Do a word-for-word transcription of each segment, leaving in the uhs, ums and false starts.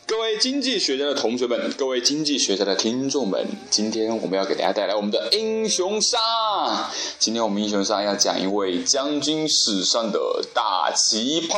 各位经济学家的同学们，各位经济学家的听众们，今天我们要给大家带来我们的英雄杀。今天我们英雄杀要讲一位将军史上的大奇葩。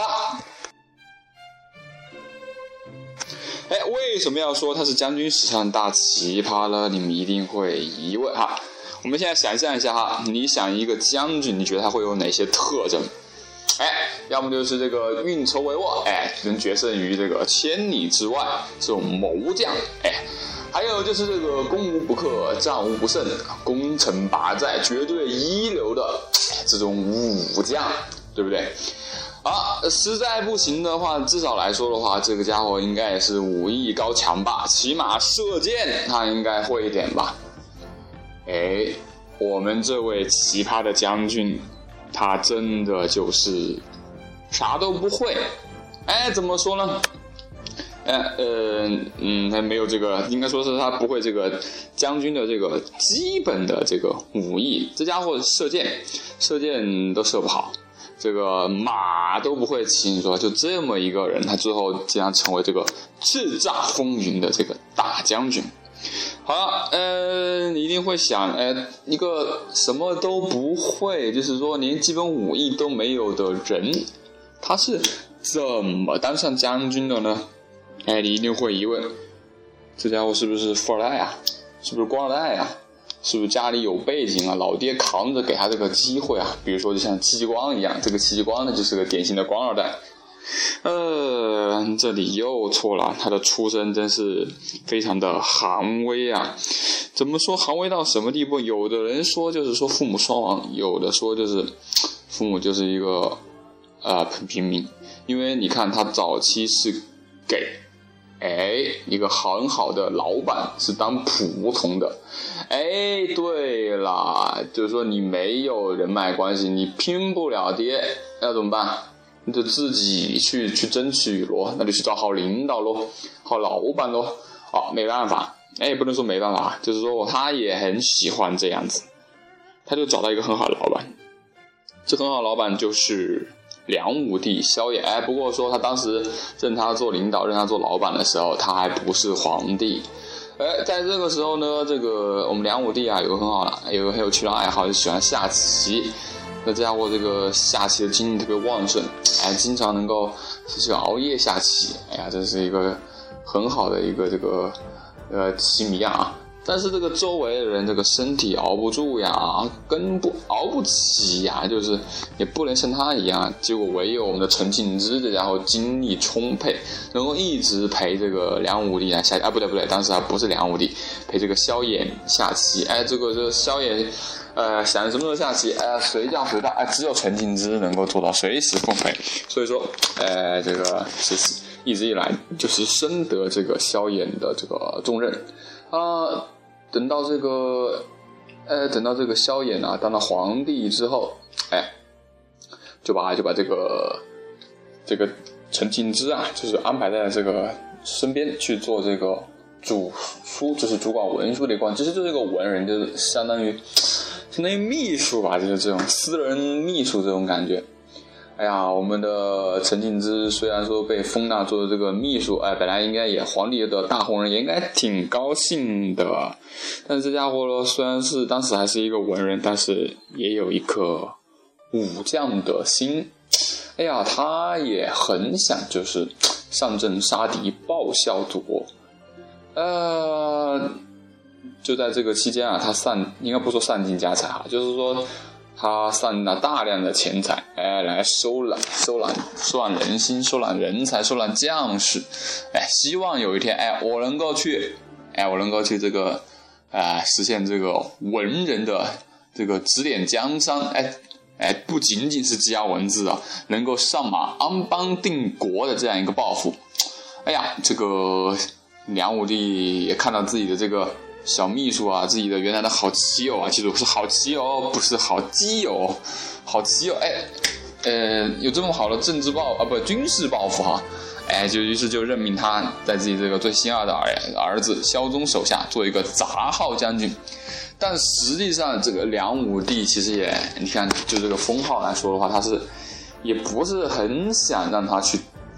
哎，为什么要说他是将军史上大奇葩呢？你们一定会疑问哈。我们现在想象一下哈，你想一个将军，你觉得他会有哪些特征？哎，要么就是这个运筹帷幄，哎，能决胜于这个千里之外，这种谋将，哎，还有就是这个攻无不克，战无不胜，攻城拔寨，绝对一流的这种武将，对不对？啊，实在不行的话，至少来说的话，这个家伙应该也是武艺高强吧，起码射箭他应该会一点吧。哎，我们这位奇葩的将军，他真的就是啥都不会。哎，怎么说呢？哎，呃，嗯，他没有这个，应该说是他不会这个将军的这个基本的这个武艺。这家伙射箭，射箭都射不好，这个马都不会骑。你说就这么一个人，他最后竟然成为这个叱咤风云的这个大将军。好了，呃，你一定会想，哎，一个什么都不会，就是说连基本武艺都没有的人，他是怎么当上将军的呢？哎，你一定会疑问，这家伙是不是富二代啊？是不是官二代啊？是不是家里有背景啊？老爹扛着给他这个机会啊？比如说就像戚继光一样，这个戚继光呢就是个典型的官二代。呃，这里又错了，他的出身真是非常的寒微啊！怎么说寒微到什么地步？有的人说就是说父母双亡，有的说就是父母就是一个呃很平民，因为你看他早期是给哎一个很好的老板是当仆从的，哎，对啦，就是说你没有人脉关系，你拼不了爹，那怎么办？你就自己去去争取咯，那就去找好领导咯，好老板咯。哦，没办法，哎，也不能说没办法，就是说他也很喜欢这样子，他就找到一个很好的老板。这很好的老板就是梁武帝萧衍。哎，不过说他当时任他做领导，任他做老板的时候，他还不是皇帝。哎，在这个时候呢，这个我们梁武帝啊，有个很好的，有个很有趣的爱好，就喜欢下棋。那这家伙这个下棋的精力特别旺盛，哎，经常能够这个熬夜下棋，哎呀，这是一个很好的一个这个呃棋迷啊。但是这个周围的人这个身体熬不住呀，跟不熬不起呀，就是也不能像他一样。结果唯有我们的陈庆之这家伙精力充沛，能够一直陪这个梁武帝啊下啊不对不对，当时还不是梁武帝，陪这个萧衍下棋。哎，这个这个萧衍。呃，想什么时候下棋，呃，随叫随到，哎、呃，只有陈庆之能够做到随时奉陪。所以说，呃，这个是一直以来就是深得这个萧衍的这个重任啊、呃。等到这个，呃，等到这个萧衍啊当了皇帝之后，哎，就把就把这个这个陈庆之啊，就是安排在这个身边去做这个主书，就是主管文书的一关，其实就是一个文人，就是相当于。相当于秘书吧，就是这种私人秘书这种感觉。哎呀，我们的陈庆之虽然说被封纳做这个秘书，哎，本来应该也皇帝的大红人，也应该挺高兴的。但是这家伙呢，虽然是当时还是一个文人，但是也有一颗武将的心。哎呀，他也很想就是上阵杀敌，报效祖国。呃。就在这个期间啊，他散应该不说散尽家财哈，就是说他散了大量的钱财，哎，来收揽、收揽、收揽人心、收揽人才、收揽将士，哎，希望有一天，哎，我能够去，哎，我能够去这个，啊、呃，实现这个文人的这个指点江山，哎，哎，不仅仅是积压文字啊，能够上马安邦定国的这样一个抱负。哎呀，这个梁武帝也看到自己的这个。小秘书啊，自己的原来的好棋友啊，记住是好棋友，不是好基友，好棋友，哎，呃，有这么好的政治抱啊，不军事抱负哈，哎，就于是就任命他在自己这个最心爱的儿儿子萧宗手下做一个杂号将军。但实际上，这个梁武帝其实也，你看就这个封号来说的话，他是也不是很想让他去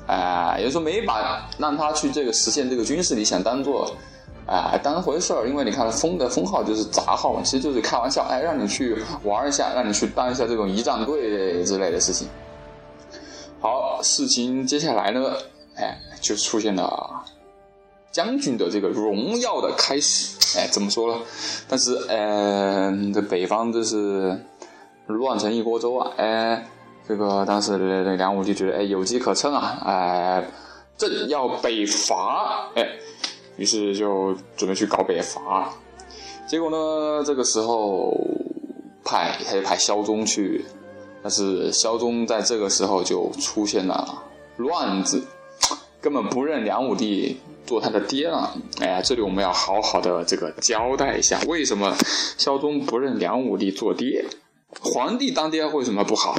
哎、呃，也就是说没把让他去这个实现这个军事理想当做哎、呃、当回事儿，因为你看封的封号就是杂号嘛，其实就是开玩笑，哎，让你去玩一下，让你去当一下这种仪仗队之类的事情。好，事情接下来呢，哎，就出现了将军的这个荣耀的开始。哎，怎么说呢？但是，呃，这北方就是乱成一锅粥啊！哎，这个当时的梁武帝觉得，哎，有机可乘啊！哎，正要北伐，哎，于是就准备去搞北伐。结果呢，这个时候派他就派萧宗去。但是萧宗在这个时候就出现了乱子，根本不认梁武帝做他的爹了。哎呀，这里我们要好好的这个交代一下，为什么萧宗不认梁武帝做爹？皇帝当爹为什么不好？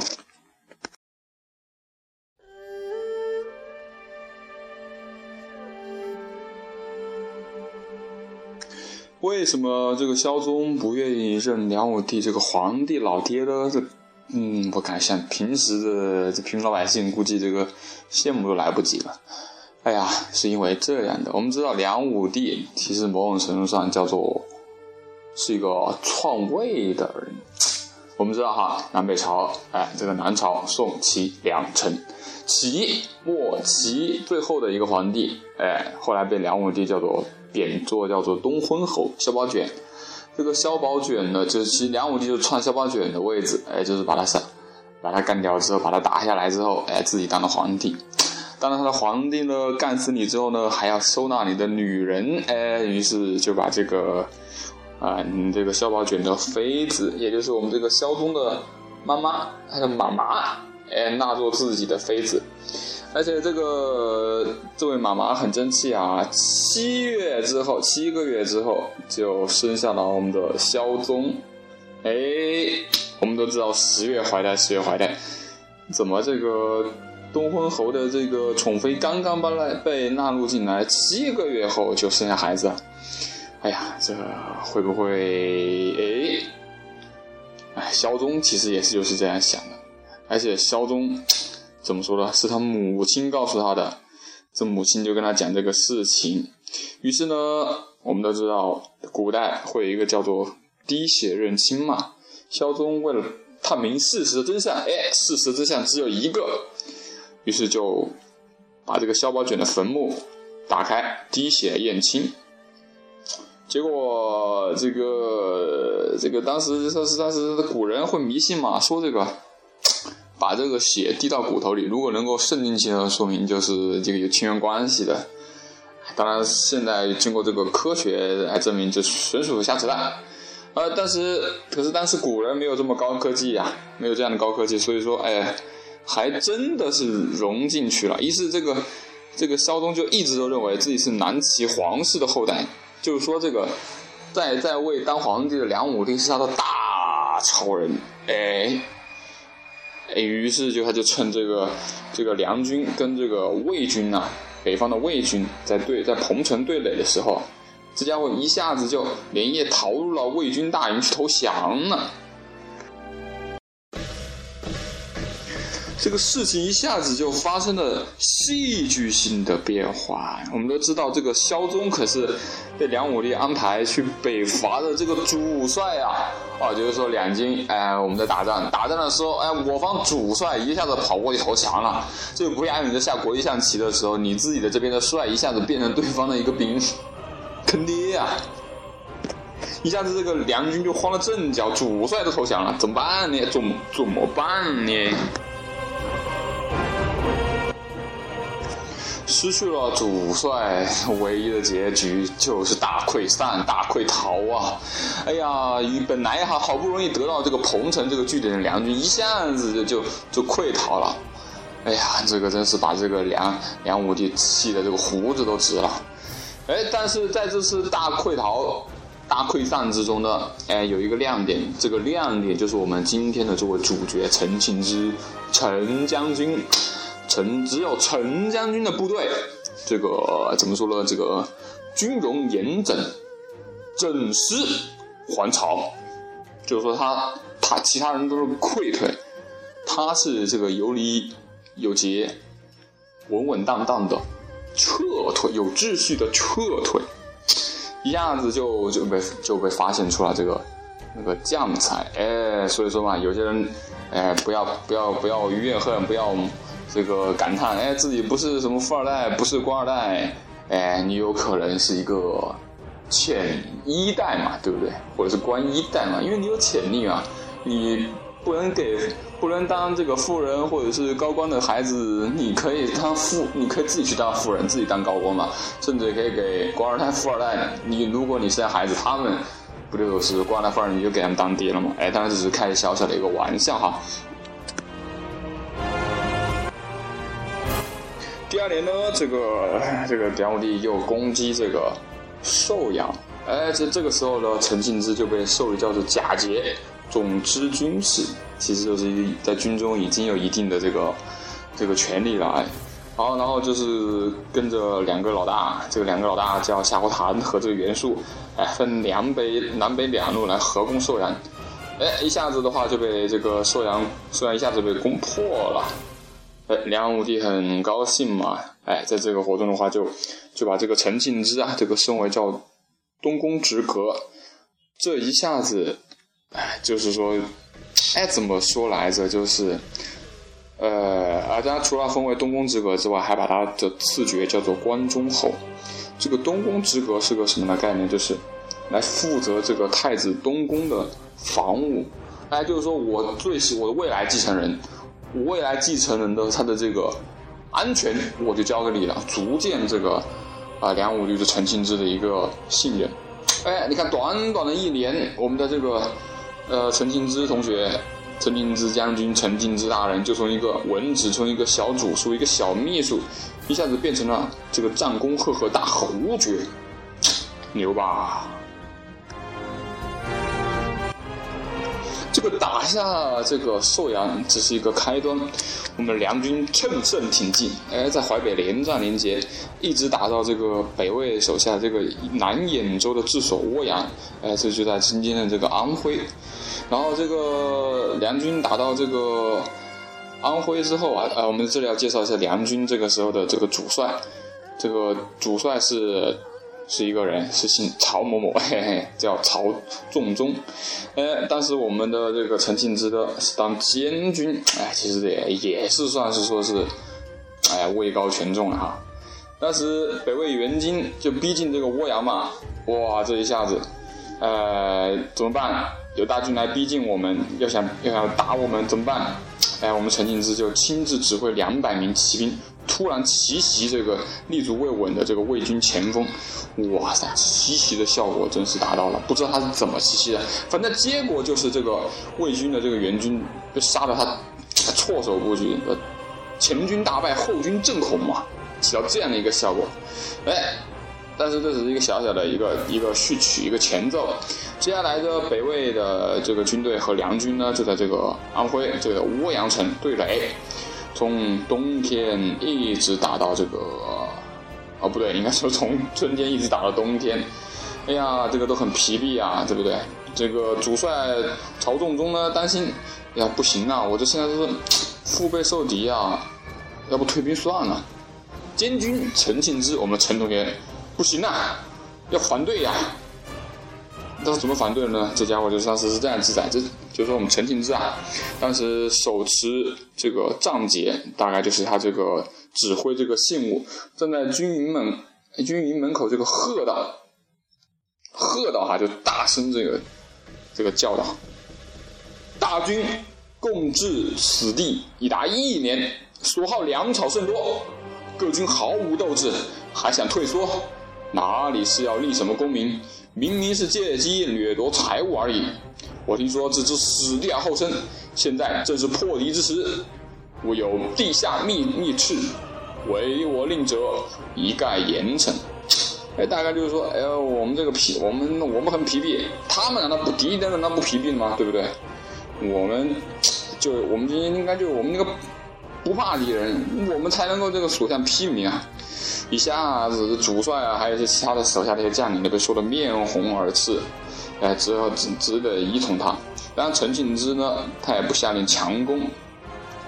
为什么这个萧宗不愿意认梁武帝这个皇帝老爹呢？这嗯，我敢想平时的这平民老百姓估计这个羡慕都来不及了。哎呀，是因为这样的，我们知道梁武帝其实某种程度上叫做是一个篡位的人。我们知道哈，南北朝，哎，这个南朝宋齐梁陈，齐末齐最后的一个皇帝，哎，后来被梁武帝叫做贬作叫做东昏侯萧宝卷。这个萧宝卷呢，就是其实梁武帝就篡萧宝卷的位置，哎，就是把他杀，把他干掉之后，把他打下来之后，哎，自己当了皇帝。当了他的皇帝呢，干死你之后呢，还要收纳你的女人，哎，于是就把这个啊、呃，你这个萧宝卷的妃子，也就是我们这个萧宗的妈妈，他的妈妈，哎，纳作自己的妃子。而且这个这位妈妈很争气啊，七月之后，七个月之后就生下了我们的萧宗。哎，我们都知道十月怀胎，十月怀胎，怎么这个东昏侯的这个宠妃刚刚搬来被纳入进来，七个月后就生下孩子？哎呀，这会不会哎？哎，萧宗其实也是就是这样想的，而且萧宗。怎么说呢？是他母亲告诉他的，这母亲就跟他讲这个事情。于是呢，我们都知道，古代会有一个叫做滴血认亲嘛。萧宗为了探明事实的真相，哎，事实真相只有一个，于是就把这个萧宝卷的坟墓打开，滴血验亲。结果这个这个当时说是当时的古人会迷信嘛，说这个。把这个血滴到骨头里，如果能够渗进去呢，说明就是这个有亲缘关系的。当然，现在经过这个科学来证明，这纯属瞎扯淡。呃，但是可是当时古人没有这么高科技啊，没有这样的高科技，所以说，哎，还真的是融进去了。于是这个这个萧宗就一直都认为自己是南齐皇室的后代，就是说这个在在位当皇帝的梁武帝是他的大超人，哎。于是就他就趁这个这个梁军跟这个魏军啊，北方的魏军在对在彭城对垒的时候，这家伙一下子就连夜逃入了魏军大营去投降了。这个事情一下子就发生了戏剧性的变化。我们都知道，这个萧宗可是被梁武帝安排去北伐的这个主帅啊，啊，就是说两军，哎，我们在打仗，打仗的时候，哎，我方主帅一下子跑过去投降了，这个不亚于你在下国际象棋的时候，你自己的这边的帅一下子变成对方的一个兵，坑爹啊！一下子这个梁军就慌了阵脚，主帅都投降了，怎么办呢？怎么怎么办呢？失去了主帅，唯一的结局就是大溃散、大溃逃啊！哎呀，与本来哈好不容易得到这个彭城这个据点的梁军，一下子就就就溃逃了。哎呀，这个真是把这个梁梁武帝气的这个胡子都直了。哎，但是在这次大溃逃、大溃散之中呢，哎，有一个亮点，这个亮点就是我们今天的这位主角陈庆之，陈将军。陈只有陈将军的部队，这个怎么说呢？这个军容严整，整师还朝，就是说他他其他人都是溃退，他是这个有礼有节， 稳稳当当的撤退，有秩序的撤退，一下子就就被就被发现出了这个那个将才，哎，所以说嘛，有些人，哎，不要不要不要怨恨，不要这个感叹，哎，自己不是什么富二代，不是官二代，哎，你有可能是一个潜一代嘛，对不对？或者是官一代嘛，因为你有潜力啊，你不能给不能当这个富人或者是高官的孩子，你可以当富，你可以自己去当富人，自己当高官嘛，甚至可以给官二代、富二代。你如果你生孩子，他们不就是官二代、富二代，你就给他们当爹了嘛？哎，当然只是开小小的一个玩笑哈。第二年呢，这个这个梁武帝又攻击这个寿阳，哎，这这个时候呢，陈庆之就被授予叫做假节总之军事，其实就是在军中已经有一定的这个这个权利了，哎，好，然后就是跟着两个老大，这个两个老大叫夏侯谭和这个袁术，哎，分南北南北两路来合攻寿阳，哎，一下子的话就被这个寿阳寿阳一下子被攻破了。哎，梁武帝很高兴嘛，哎，在这个活动的话就就把这个陈庆之啊，这个升为叫东宫直阁，这一下子，哎，就是说，哎，怎么说来着？就是，呃，啊，他除了封为东宫直阁之外，还把他的次爵叫做关中侯。这个东宫直阁是个什么的概念？就是来负责这个太子东宫的防务，哎，就是说我最是我的未来继承人。我未来继承人的他的这个安全我就交给你了，逐渐这个啊、呃、梁武帝对陈庆之的一个信任。哎，你看短短的一年，我们的这个呃陈庆之同学，陈庆之将军，陈庆之大人就从一个文职，从一个小主书，一个小秘书，一下子变成了这个战功赫赫大侯爵，牛吧？这个打下这个寿阳只是一个开端，我们梁军乘胜挺进，哎，在淮北连战连捷，一直打到这个北魏手下这个南兖州的治所涡阳，哎，这就在今天的这个安徽。然后这个梁军打到这个安徽之后啊，呃，我们这里要介绍一下梁军这个时候的这个主帅，这个主帅是。是一个人，是姓曹某某，嘿嘿，叫曹仲宗。呃，当时我们的这个陈庆之的是当监军，哎，其实也也是算是说是，哎，位高权重了哈。当时北魏援军就逼近这个涡阳嘛，哇，这一下子，呃，怎么办？有大军来逼近我们，要想要想打我们怎么办？哎，我们陈庆之就亲自指挥两百名骑兵。突然奇袭这个立足未稳的这个魏军前锋，哇塞，奇袭的效果真是达到了，不知道他是怎么奇袭的，反正结果就是这个魏军的这个援军被杀得他措手不及，前军大败，后军震恐嘛，起到这样的一个效果。哎，但是这只是一个小小的一个一个序曲，一个前奏。接下来的北魏的这个军队和梁军呢，就在这个安徽这个涡阳城对垒。从冬天一直打到这个，哦不对，应该说从春天一直打到冬天。哎呀，这个都很疲惫啊，对不对？这个主帅曹仲宗呢，担心，哎呀不行啊，我这现在是腹背受敌啊，要不退兵算了。监军陈庆之，我们陈同学，不行啊，要反对呀、啊。那怎么反对呢？这家伙就当时是这样记载，这就是说我们陈庆之啊，当时手持这个杖节，大概就是他这个指挥这个信务，站在军营门军营门口这个喝道，喝道哈、啊，就大声这个这个教导，大军共至此地已达一年，所耗粮草甚多，各军毫无斗志，还想退缩，哪里是要立什么功名？明明是借机掠夺财物而已。我听说这只死地而后生，现在正是破敌之时。我有地下秘密敕，唯我令者一概严惩。哎，大概就是说，哎呦，我们这个疲，我们我们很疲惫，他们难道不敌人难道不疲惫吗？对不对？我们就我们今天应该就我们那个不怕敌人，我们才能够这个所向披靡啊！一下子主帅啊，还有一些其他的手下的一些将领都被说得面红耳赤，哎，只好只只得依从他。当然陈庆之呢，他也不下令强攻，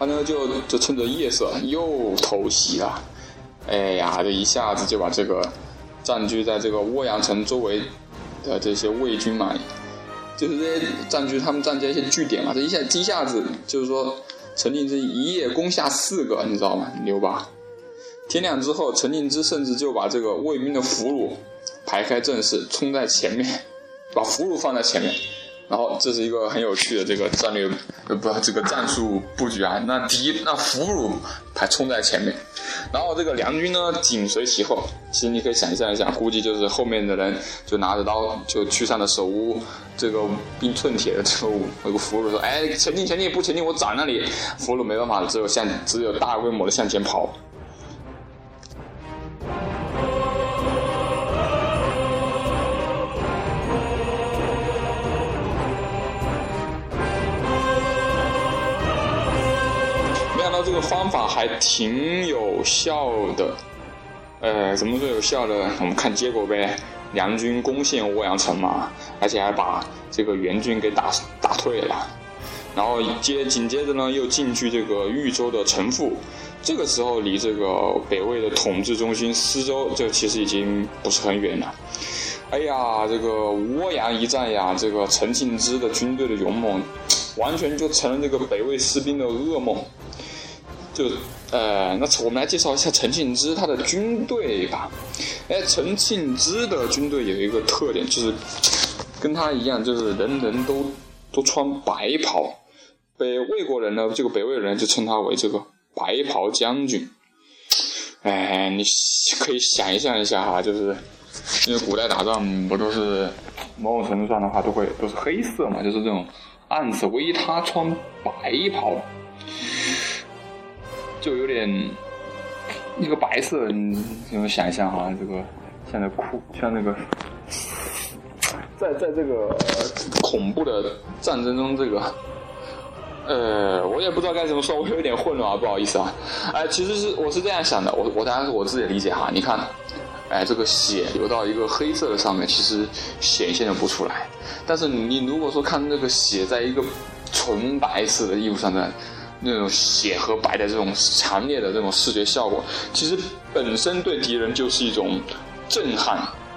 他呢就就趁着夜色又偷袭了。哎呀，这一下子就把这个占据在这个涡阳城周围的这些魏军嘛，就是这些占据他们占据一些据点嘛，这一下一下子就是说陈庆之一夜攻下四个，你知道吗？牛吧！天亮之后，陈庆之甚至就把这个魏兵的俘虏排开阵势，冲在前面，把俘虏放在前面。然后这是一个很有趣的这个战略，呃不，这个战术布局啊。那敌那俘虏排冲在前面，然后这个梁军呢紧随其后。其实你可以想象一下，估计就是后面的人就拿着刀就去上了手无这个兵寸铁的这个那个俘虏说：“哎，前进前进，不前进我斩那里。”俘虏没办法，只有向只有大规模的向前跑。这个方法还挺有效的，呃，怎么说有效的？我们看结果呗。梁军攻陷涡阳城嘛，而且还把这个援军给打打退了。然后接紧接着呢，又进据这个豫州的城父。这个时候离这个北魏的统治中心司州，这其实已经不是很远了。哎呀，这个涡阳一战呀，这个陈庆之的军队的勇猛，完全就成了这个北魏士兵的噩梦。就呃，那我们来介绍一下陈庆之他的军队吧。哎，陈庆之的军队有一个特点，就是跟他一样，就是人人都都穿白袍。北魏国人呢，这个北魏人就称他为这个白袍将军。哎，你可以想象一下哈，就是因为古代打仗不都是某种程度上的话都会都是黑色嘛，就是这种暗色，唯一他穿白袍。就有点那个白色，你你想一下哈，这个像那酷，像那个在在这个恐怖的战争中，这个呃，我也不知道该怎么说，我有点混乱啊，不好意思啊。哎，其实是我是这样想的，我我当然是我自己的理解哈。你看，哎，这个血流到一个黑色的上面，其实显现的不出来。但是你如果说看这个血在一个纯白色的衣服上的。那种血和白的这种强烈的这种视觉效果，其实本身对敌人就是一种震撼。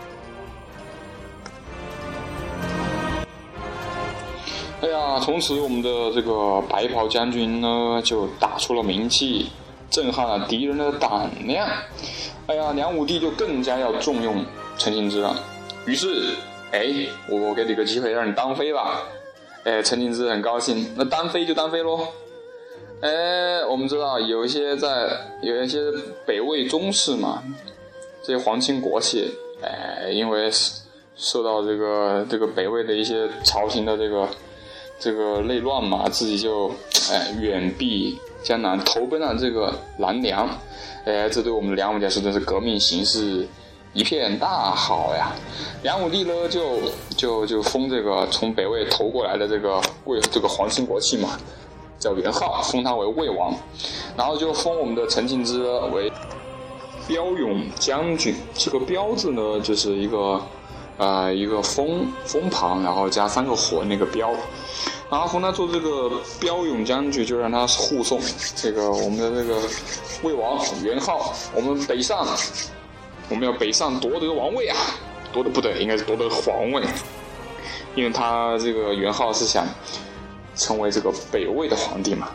哎呀，从此我们的这个白袍将军呢，就打出了名气，震撼了敌人的胆量。哎呀，梁武帝就更加要重用陈庆之了。于是，哎，我给你个机会让你当飞吧。哎，陈庆之很高兴，那单飞就单飞咯。哎，我们知道有一些在有一些北魏宗室嘛，这些皇亲国戚，哎，因为受到这个这个北魏的一些朝廷的这个这个内乱嘛，自己就哎远避江南，投奔了这个南梁。哎，这对我们的梁武家说真是革命形势一片大好呀。梁武帝呢就就就封这个从北魏投过来的这个魏这个皇亲国戚嘛，叫元昊，封他为魏王，然后就封我们的陈庆之为骠勇将军。这个骠字呢，就是一个呃一个锋锋旁，然后加三个火那个骠，然后封他做这个骠勇将军，就让他护送这个我们的这个魏王元昊，我们北上，我们要北上夺得王位啊，夺得不对，应该是夺得皇位，因为他这个元昊是想成为这个北魏的皇帝嘛。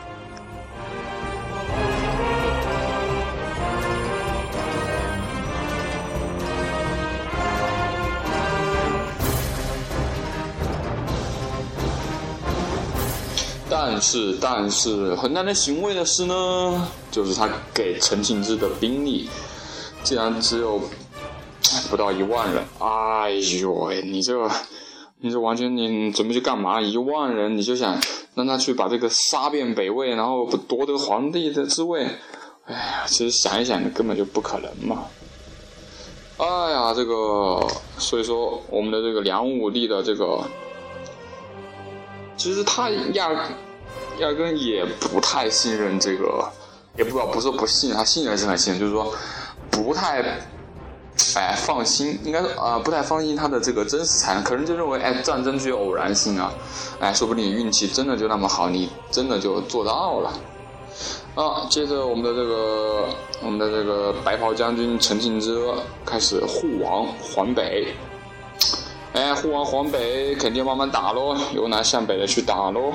但是但是很难能欣慰的是呢，就是他给陈庆之的兵力竟然只有不到一万人。哎呦喂，你这个你这完全你准备去干嘛？一万人你就想让他去把这个杀遍北魏，然后夺得皇帝的之位？哎呀，其实想一想根本就不可能嘛。哎呀，这个所以说我们的这个梁武帝的这个，其实他压压根也不太信任这个，也不知道不是不信，他信任是很信任，就是说不太。哎，放心，应该说啊、呃，不太放心他的这个真实才能，可能就认为，哎，战争具有偶然性啊，哎，说不定你运气真的就那么好，你真的就做到了。 啊，接着我们的这个我们的这个白袍将军陈庆之开始护王环北，哎，护王环北肯定慢慢打咯，由南向北的去打咯。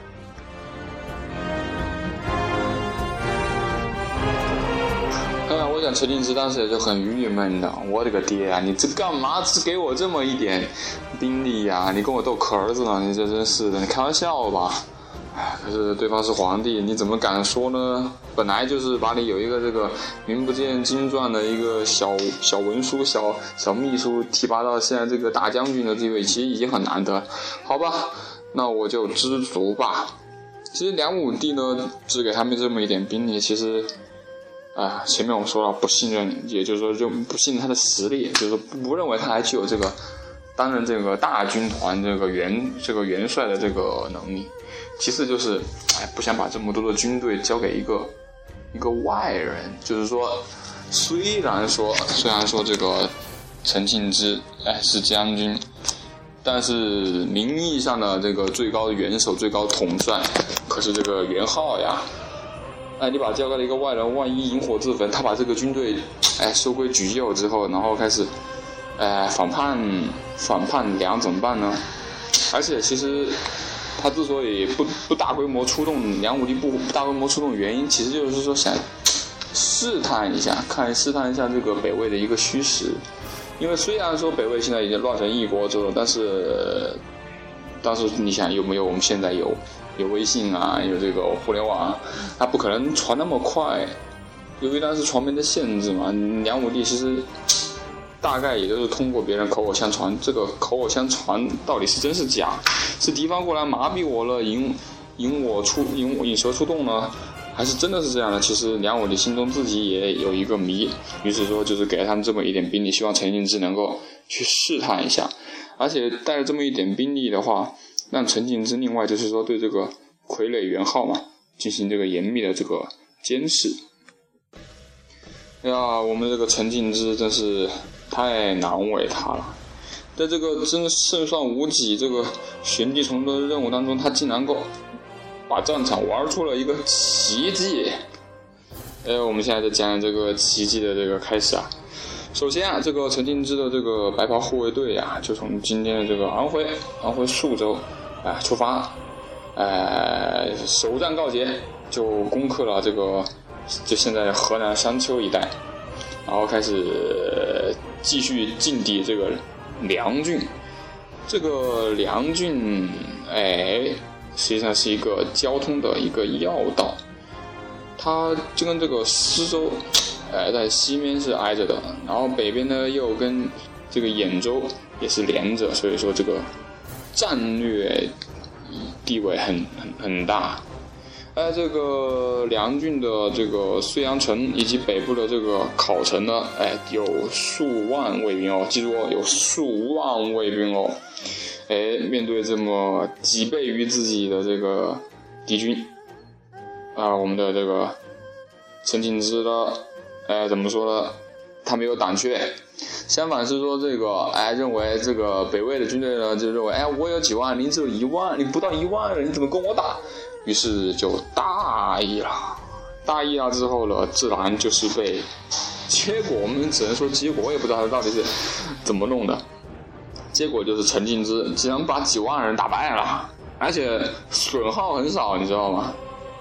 哎呀，我想陈庆之当时也就很郁闷的，我的个爹啊，你这干嘛只给我这么一点兵力呀、啊？你跟我斗壳子呢？你这真是的，你开玩笑吧？可是对方是皇帝，你怎么敢说呢？本来就是把你有一个这个名不见经传的一个小小文书、小小秘书提拔到现在这个大将军的地位，其实已经很难得。好吧，那我就知足吧。其实梁武帝呢，只给他们这么一点兵力，其实，啊、呃，前面我说了不信任，也就是说就不信任他的实力，就是说不认为他还具有这个担任这个大军团这个元这个元帅的这个能力。其次就是，哎，不想把这么多的军队交给一个一个外人。就是说，虽然说虽然说这个陈庆之哎是将军，但是名义上的这个最高的元首、最高统帅可是这个元昊呀。哎，你把交给了一个外人，万一引火自焚，他把这个军队哎收归举右之后，然后开始哎反叛反叛梁怎么办呢？而且其实。他之所以不不大规模出动，梁武帝不不大规模出动的原因，其实就是说想试探一下，看试探一下这个北魏的一个虚实。因为虽然说北魏现在已经乱成一锅粥了，但是当时你想有没有我们现在有有微信啊，有这个互联网啊，它不可能传那么快，由于当时传媒的限制嘛，梁武帝其实。大概也就是通过别人口口相传，这个口口相传到底是真是假？是敌方过来麻痹我了，引引我出引引蛇出洞呢，还是真的是这样的？其实梁武帝心中自己也有一个谜，于是说就是给了他们这么一点兵力，希望陈庆之能够去试探一下，而且带着这么一点兵力的话，让陈庆之另外就是说对这个傀儡元昊嘛进行这个严密的这个监视。哎呀，我们这个陈庆之真是。太难为他了，在这个真胜算无几、这个悬地重的任务当中，他竟然够把战场玩出了一个奇迹。呃，我们现在就讲这个奇迹的这个开始啊。首先啊，这个陈庆之的这个白袍护卫队啊，就从今天的这个安徽安徽宿州啊、呃、出发，呃，首战告捷，就攻克了这个就现在河南商丘一带。然后开始继续进抵这个梁郡，这个梁郡，哎，实际上是一个交通的一个要道，它就跟这个施州，哎，在西面是挨着的，然后北边呢又跟这个兖州也是连着，所以说这个战略地位很很很大。在这个梁郡的这个睢阳城以及北部的这个考城呢，哎，有数万卫兵哦，记住哦，有数万卫兵哦，哎，面对这么几倍于自己的这个敌军，啊，我们的这个陈庆之呢，哎，怎么说呢？他没有胆怯，相反是说这个，哎，认为这个北魏的军队呢，就认为，哎，我有几万，你只有一万，你不到一万人，你怎么跟我打？于是就大意了，大意了之后呢，自然就是被结果，我们只能说结果，我也不知道他到底是怎么弄的。结果就是陈庆之竟然把几万人打败了，而且损耗很少，你知道吗？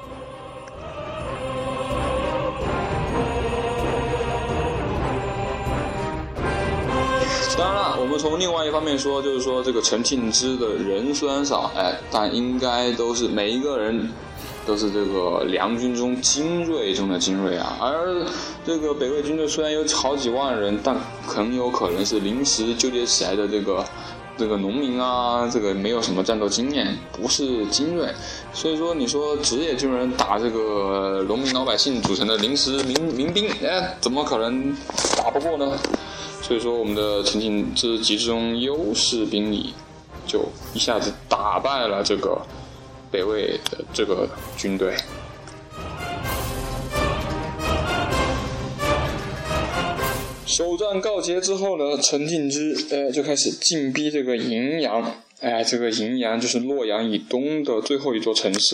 当然了，我们从另外一方面说，就是说这个陈庆之的人虽然少，哎，但应该都是每一个人都是这个梁军中精锐中的精锐啊。而这个北魏军队虽然有好几万人，但很有可能是临时纠结起来的这个这个农民啊，这个没有什么战斗经验，不是精锐。所以说，你说职业军人打这个农民老百姓组成的临时民民兵，哎，怎么可能打不过呢？所以说，我们的陈庆之集中优势兵力，就一下子打败了这个北魏的这个军队。首战告捷之后呢，陈庆之呃就开始进逼这个荥阳，哎，这个荥阳就是洛阳以东的最后一座城市了，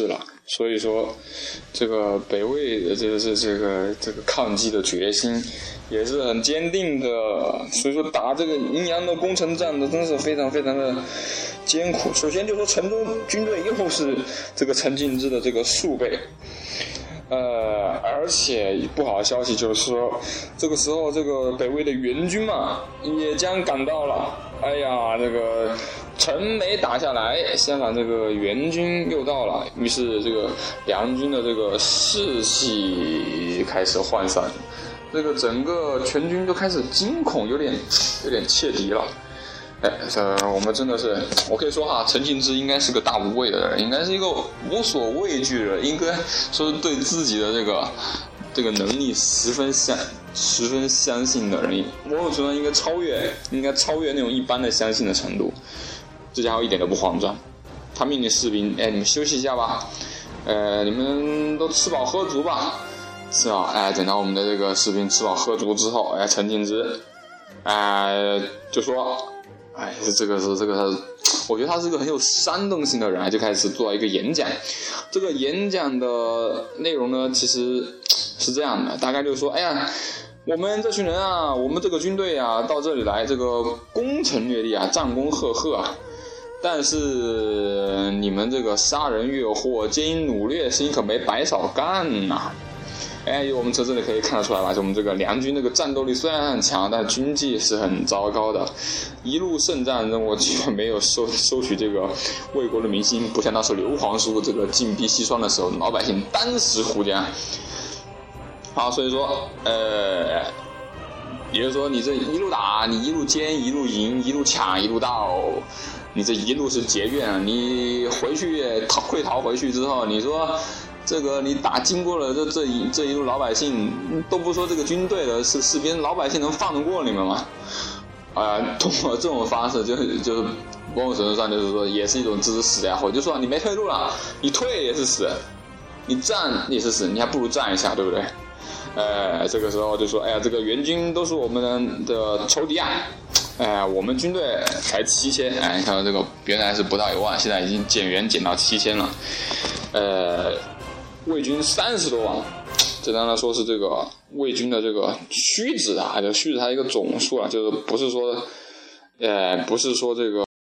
所以说，这个北魏的这个这这个这个抗击的决心也是很坚定的。所以说打这个荥阳的攻城战的真是非常非常的艰苦。首先就说陈州军队又是这个陈敬之的这个数倍。呃，而且不好的消息就是说，这个时候这个北魏的援军嘛，也将赶到了。哎呀，这个城没打下来，相反这个援军又到了，于是这个梁军的这个士气开始涣散，这个整个全军都开始惊恐，有点有点怯敌了。哎，这我们真的是，我可以说哈，陈敬之应该是个大无畏的人，应该是一个无所畏惧的人，应该说是对自己的这个这个能力十分相十分相信的人，某种程度应该超越，应该超越那种一般的相信的程度。这家伙一点都不慌张，他命令士兵，哎，你们休息一下吧，呃，你们都吃饱喝足吧，是吧？哎，等到我们的这个士兵吃饱喝足之后，哎，陈敬之，哎，就说。哎，这个是这个，我觉得他是个很有煽动性的人，就开始做一个演讲。这个演讲的内容呢，其实是这样的，大概就是说，哎呀，我们这群人啊，我们这个军队啊，到这里来，这个攻城略地啊，战功赫赫啊，但是你们这个杀人越货、奸淫掳掠，事情可没白少干呐、啊。哎，我们从这里可以看得出来吧，就我们这个梁军这个战斗力虽然很强，但军纪是很糟糕的，一路胜战，我却没有收收取这个魏国的民心，不像当时刘皇叔这个进逼西川的时候，老百姓单食胡浆。好，所以说，呃，也就是说，你这一路打，你一路奸，一路赢，一路抢，一路盗，你这一路是结怨，你回去逃溃逃回去之后，你说。这个你打经过了这这一这一路老百姓，都不说这个军队的是士兵，老百姓能放得过你们吗？啊、呃，通过这种方式，就是就是某种程度上就是说，也是一种置之死地而后，就说你没退路了，你退也是死，你战也是死，你还不如战一下，对不对？呃，这个时候就说，哎呀，这个援军都是我们的仇敌啊！哎，我们军队才七千，哎，你看到这个原来是不到一万，现在已经减员减到七千了，呃。魏军三十多万，简单来说是这个魏军的这个虚指啊，就虚指它一个总数啊，就是不是说，呃，不是说这个，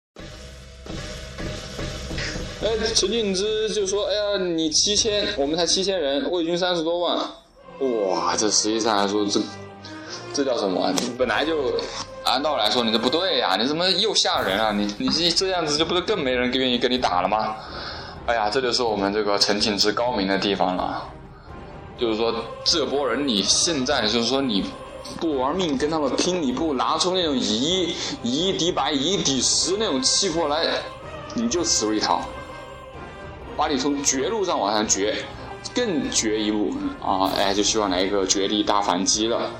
哎，陈敬之就说，哎呀，你七千，我们才七千人，魏军三十多万，哇，这实际上来说，这这叫什么啊？本来就按道理来说你这不对呀、啊，你怎么又吓人啊？你你这样子就不是更没人愿意跟你打了吗？哎呀，这就是我们这个陈敬之高明的地方了，就是说这波人你现在就是说你不玩命跟他们拼，你不拿出那种以一以一敌百以一敌十那种气魄来，你就死路一条，把你从绝路上往上绝，更绝一路啊！哎，就希望来一个绝地大反击了。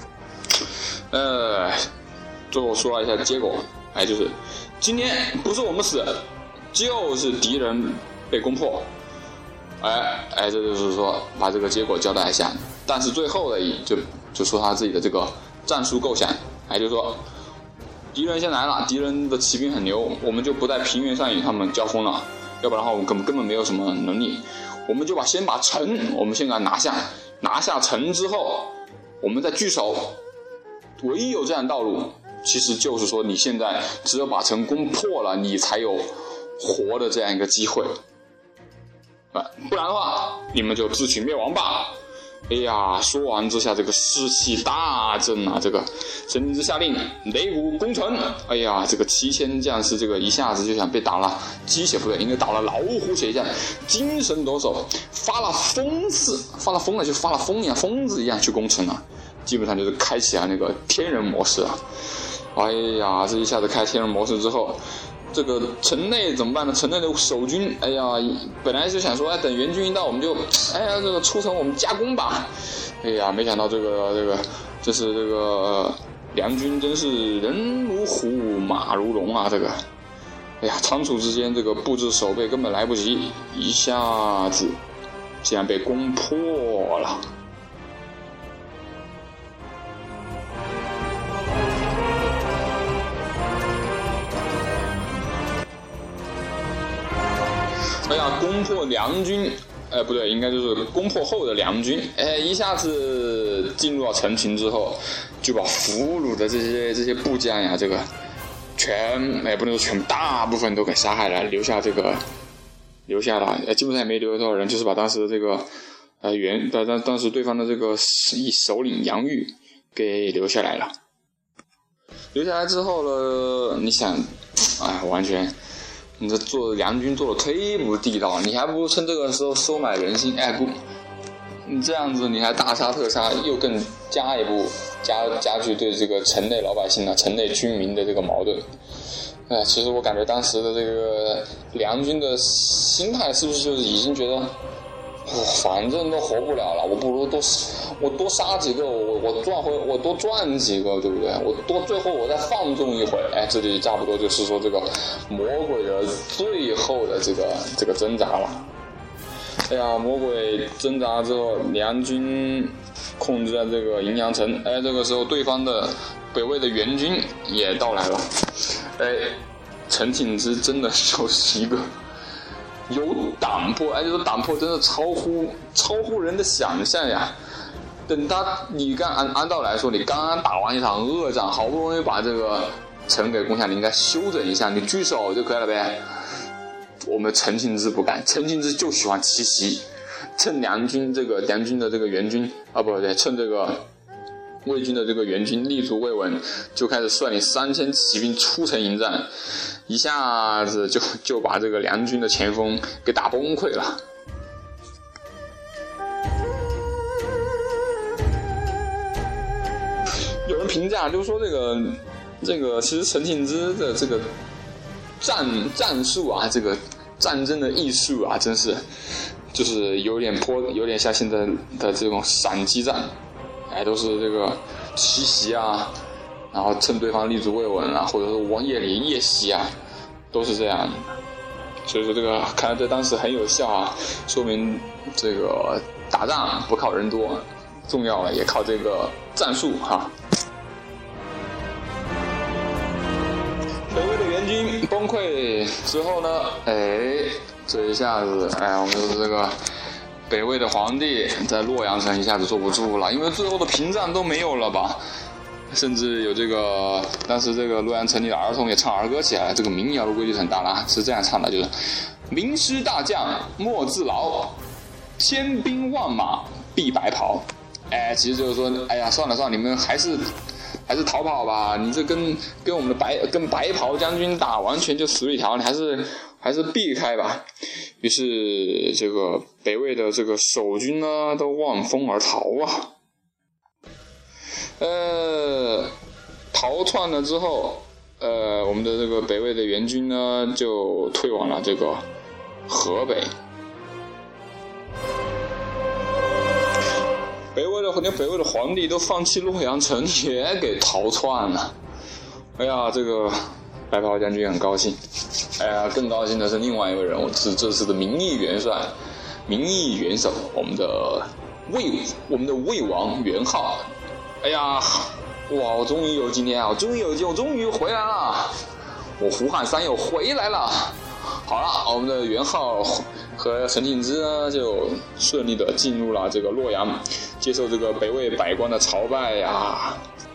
呃，最后说一下结果，哎，就是今天不是我们死，就是敌人被攻破，哎哎，这就是说把这个结果交代一下。但是最后的就就说他自己的这个战术构想，哎，就说敌人先来了，敌人的骑兵很牛，我们就不在平原上与他们交锋了，要不然的话我们根本根本没有什么能力，我们就把先把城我们先给它拿下，拿下城之后，我们再聚守，唯一有这样的道路，其实就是说你现在只有把城攻破了，你才有活的这样一个机会。不然的话你们就自取灭亡吧。哎呀，说完之下这个士气大振啊，这个陈敬之下令擂鼓攻城。哎呀，这个七千将士这个一下子就想被打了鸡血不对，应该打了老虎血一样，精神抖擞，发了疯似发了疯了就发了疯一样，疯子一样去攻城了，基本上就是开启了那个天人模式啊。哎呀，这一下子开天人模式之后，这个城内怎么办呢？城内的守军，哎呀，本来就想说，哎，等援军一到，我们就，哎呀，这个出城我们加攻吧。哎呀，没想到这个这个，这是这个、呃、梁军真是人如虎，马如龙啊！这个，哎呀，仓促之间这个布置守备根本来不及，一下子竟然被攻破了。哎呀，攻破梁军， 哎，不对，应该就是攻破后的梁军，哎，一下子进入到陈群之后，就把俘虏的这些这些部将呀，这个全哎不能说全，大部分都给杀害了，留下这个留下了，哎，基本上也没留多少人，就是把当时的这个呃原当当当时对方的这个首领杨玉给留下来了。留下来之后呢，你想，哎，完全。你这做梁军做的忒不地道，你还不如趁这个时候收买人心。哎不，你这样子你还大杀特杀，又更加一步加加剧对这个城内老百姓啊、城内军民的这个矛盾。哎，其实我感觉当时的这个梁军的心态是不是就是已经觉得，反正都活不了了，我不如多我多杀几个，我我赚回我多赚几个，对不对？我多最后我再放纵一回，哎，这里差不多就是说这个魔鬼的最后的这个这个挣扎了。哎呀，魔鬼挣扎之后，梁军控制了这个荥阳城，哎，这个时候对方的北魏的援军也到来了，哎，陈挺之真的就是一个。有胆魄，哎，这个胆魄真的超乎超乎人的想象呀！等他，你刚按按道来说，你刚刚打完一场恶仗，好不容易把这个城给攻下，你应该休整一下，你聚首就可以了呗。我们陈庆之不干，陈庆之就喜欢奇袭，趁梁军这个梁军的这个援军啊，不对，趁这个魏军的这个援军立足未稳，就开始率领三千骑兵出城迎战。一下子就就把这个梁军的前锋给打崩溃了。有人评价就是说这个这个其实陈挺之的这个战战术啊，这个战争的艺术啊，真是就是有点颇有点像现在的这种闪击战，哎，都是这个奇袭啊。然后趁对方立足未稳啊，或者是往夜里夜袭啊，都是这样。所以说这个看来在当时很有效啊，说明这个打仗不靠人多，重要了也靠这个战术哈。北魏的援军崩溃之后呢，哎，这一下子，哎，我们就是这个北魏的皇帝在洛阳城一下子坐不住了，因为最后的屏障都没有了吧。甚至有这个，当时这个洛阳城里的儿童也唱儿歌起来了。这个民谣的规矩很大啦，是这样唱的，就是“名师大将莫自劳，千兵万马必白袍”。哎，其实就是说，哎呀，算了算了，你们还是还是逃跑吧。你这跟跟我们的白跟白袍将军打，完全就死路一条，你还是还是避开吧。于是这个北魏的这个守军呢，都望风而逃啊。呃，逃窜了之后，呃，我们的这个北魏的援军呢，就退往了这个河北。北魏的连北魏的皇帝都放弃洛阳城，也给逃窜了。哎呀，这个白袍将军很高兴。哎呀，更高兴的是另外一位人物，是这次的民意元帅、民意元首，我们的魏，我们的魏王元昊。哎呀，哇！我终于有今天啊！我终于有今天，我终于回来了！我胡汉三又回来了。好了，我们的元昊和陈挺之呢，就顺利的进入了这个洛阳，接受这个北魏百官的朝拜呀。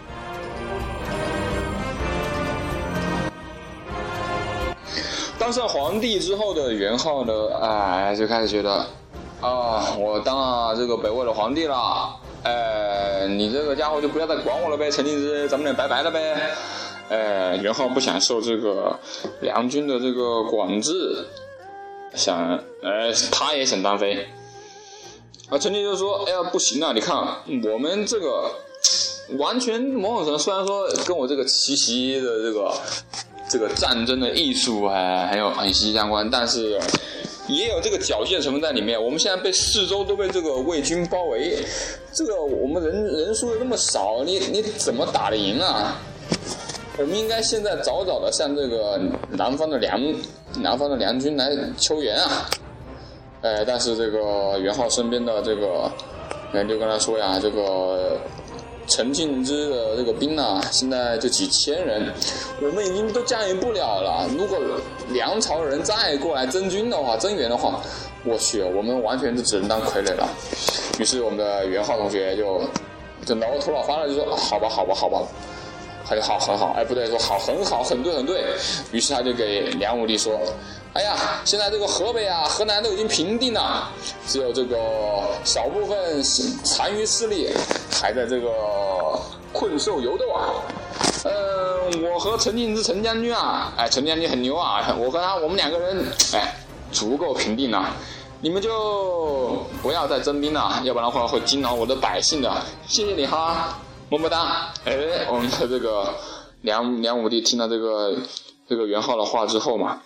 当上皇帝之后的元昊呢，哎，就开始觉得啊，我当了这个北魏的皇帝了。哎，你这个家伙就不要再管我了呗，陈挺之，咱们俩拜拜了呗。哎，元昊不想受这个梁军的这个管制，想，哎，他也想单飞。啊，陈挺就说，哎呀，不行啊，你看我们这个完全某种程度，虽然说跟我这个奇袭的这个这个战争的艺术还很有很息息相关，但是也有这个侥幸成分在里面。我们现在被四周都被这个魏军包围，这个我们人人数又那么少，你你怎么打得赢啊？我们应该现在早早的向这个南方的梁南方的梁军来求援啊！哎，但是这个元昊身边的这个人就跟他说呀，这个陈挺之的这个兵啊，现在就几千人，我们已经都驾驭不了了。如果梁朝人再过来增军的话，增援的话， 我去，我们完全就只能当傀儡了。于是我们的袁浩同学就就挠头脑发热，就说好吧好吧好吧，很好很好，哎不对，说好很好很对很对。于是他就给梁武帝说，哎呀，现在这个河北啊河南都已经平定了，只有这个少部分残余势力还在这个困兽犹斗啊。嗯，我和陈敬之陈将军啊，哎，陈将军很牛啊，我和他我们两个人，哎，足够平定了。你们就不要再征兵了，要不然的话会惊扰我的百姓的。谢谢你哈，么么哒。哎，我们的这个梁梁武帝听到这个这个袁浩的话之后嘛，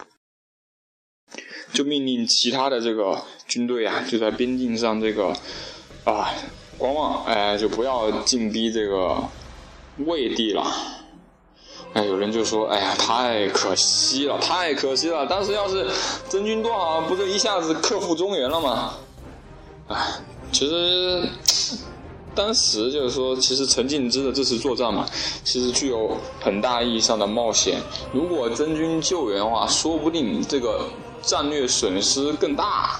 就命令其他的这个军队啊，就在边境上这个啊观望，哎，就不要进逼这个魏地了。哎，有人就说，哎呀，太可惜了，太可惜了！当时要是真军多好，不就一下子克复中原了吗？哎，其实当时就是说，其实陈敬之的这次作战嘛，其实具有很大意义上的冒险。如果真军救援的话，说不定这个战略损失更大。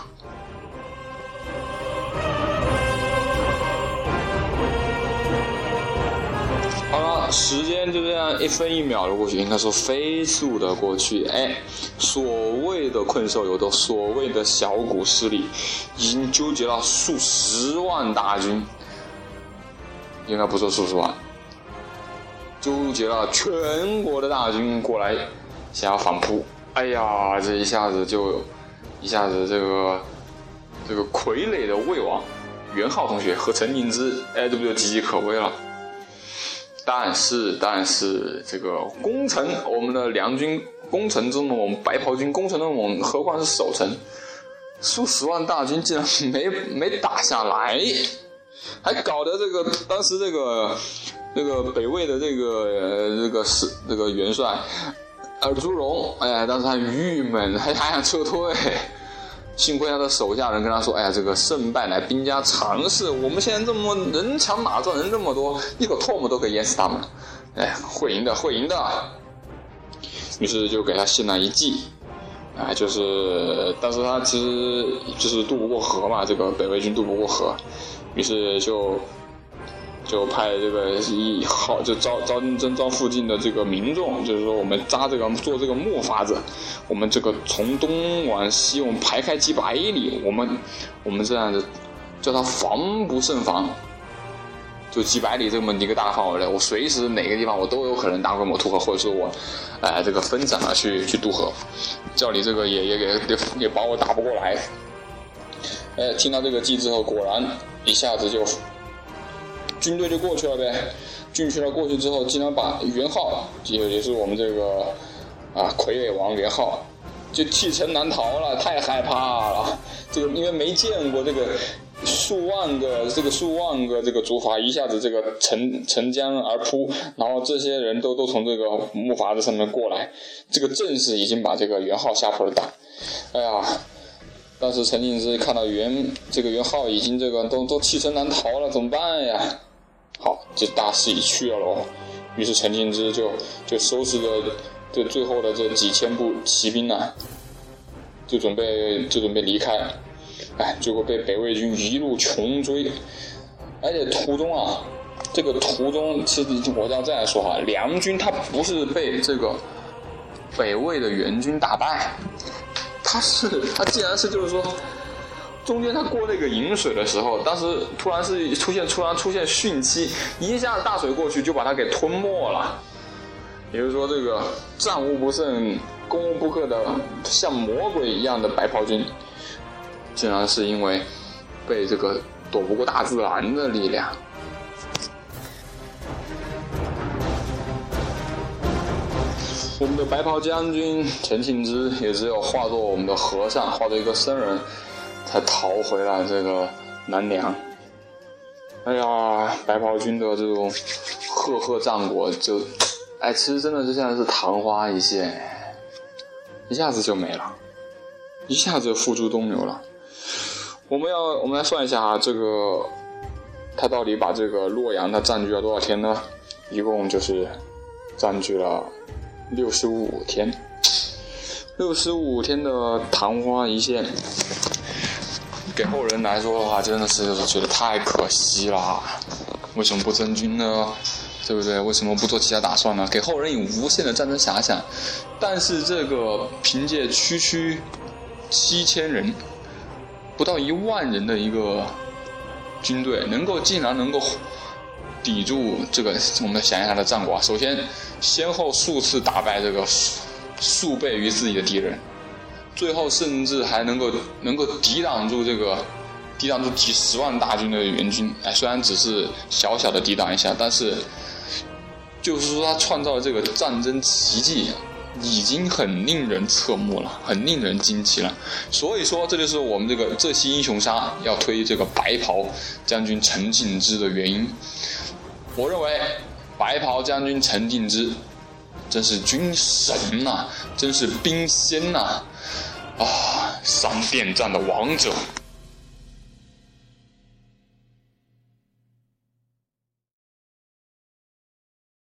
好了，时间就这样一分一秒的过去，应该说飞速的过去。哎，所谓的困兽犹斗，所谓的小股势力，已经纠结了数十万大军，应该不说数十万，纠结了全国的大军过来想要反扑。哎呀，这一下子就，一下子这个这个傀儡的魏王袁浩同学和陈敬之，哎，这不就岌岌可危了？但是，但是这个攻城，我们的梁军攻城之猛，白袍军攻城的猛，何况是守城，数十万大军竟然没没打下来，还搞得这个当时这个这个北魏的这个呃这个是这个元帅尔朱荣，哎，当时还郁闷，还还想撤退。幸亏他的手下人跟他说，哎呀，这个胜败乃兵家常事，我们现在这么人强马壮，人这么多，一口唾沫都可以淹死他们，哎，会赢的会赢的。于是就给他献了一计，哎，就是但是他其实就是渡不过河嘛，这个北魏军渡不过河，于是就就派这个一号就招招征召附近的这个民众，就是说我们扎这个做这个磨法子，我们这个从东往西，我们排开几百里，我们我们这样子叫它防不胜防，就几百里这么一个大范围内，我随时哪个地方我都有可能大规模渡河，或者说我哎、呃、这个分散了去去渡河，叫你这个也也给也把我打不过来。哎，听到这个计之后，果然一下子就。军队就过去了呗，进去了过去之后，竟然把袁浩，也也是我们这个啊傀儡王袁浩，就弃城难逃了，太害怕了。这个因为没见过这个数万个这个数万个这个竹筏一下子这个沉沉江而扑，然后这些人都都从这个木筏子上面过来，这个阵势已经把这个袁浩吓破了胆。哎呀！当时陈敬之看到袁这个袁浩已经这个都都弃城难逃了，怎么办呀？好，这大势已去了咯。于是陈敬之就就收拾着这最后的这几千部骑兵啊，就准备就准备离开。哎，结果被北魏军一路穷追，而且途中啊，这个途中其实我要这样说哈，梁军他不是被这个北魏的援军打败。他是他既然是就是说，中间他过那个引水的时候，当时突然是出现突然出现汛期，一下大水过去就把他给吞没了。也就是说，这个战无不胜、攻无不克的像魔鬼一样的白袍军，竟然是因为被这个躲不过大自然的力量。我们的白袍将军陈敬之也只有化作我们的和尚，化作一个僧人，才逃回了这个南梁。哎呀，白袍军的这种赫赫战果就，哎，其实真的就像是昙花一现，一下子就没了，一下子就付诸东流了。我们要我们来算一下啊，这个他到底把这个洛阳他占据了多少天呢？一共就是占据了六十五天。 六十五天的昙花一现，给后人来说的话，真的是觉得太可惜了。为什么不征军呢？对不对？为什么不做其他打算呢？给后人以无限的战争遐想。但是这个凭借区区七千人，不到一万人的一个军队，能够竟然能够抵住这个我们想一下的战果。首先，先后数次打败这个数倍于自己的敌人，最后甚至还能够能够抵挡住这个。抵挡住几十万大军的援军，哎，虽然只是小小的抵挡一下，但是就是说他创造的这个战争奇迹，已经很令人侧目了，很令人惊奇了。所以说，这就是我们这个这期英雄杀要推这个白袍将军陈敬之的原因。我认为白袍将军陈敬之真是军神呐、啊，真是兵仙呐、啊，啊，闪电战的王者。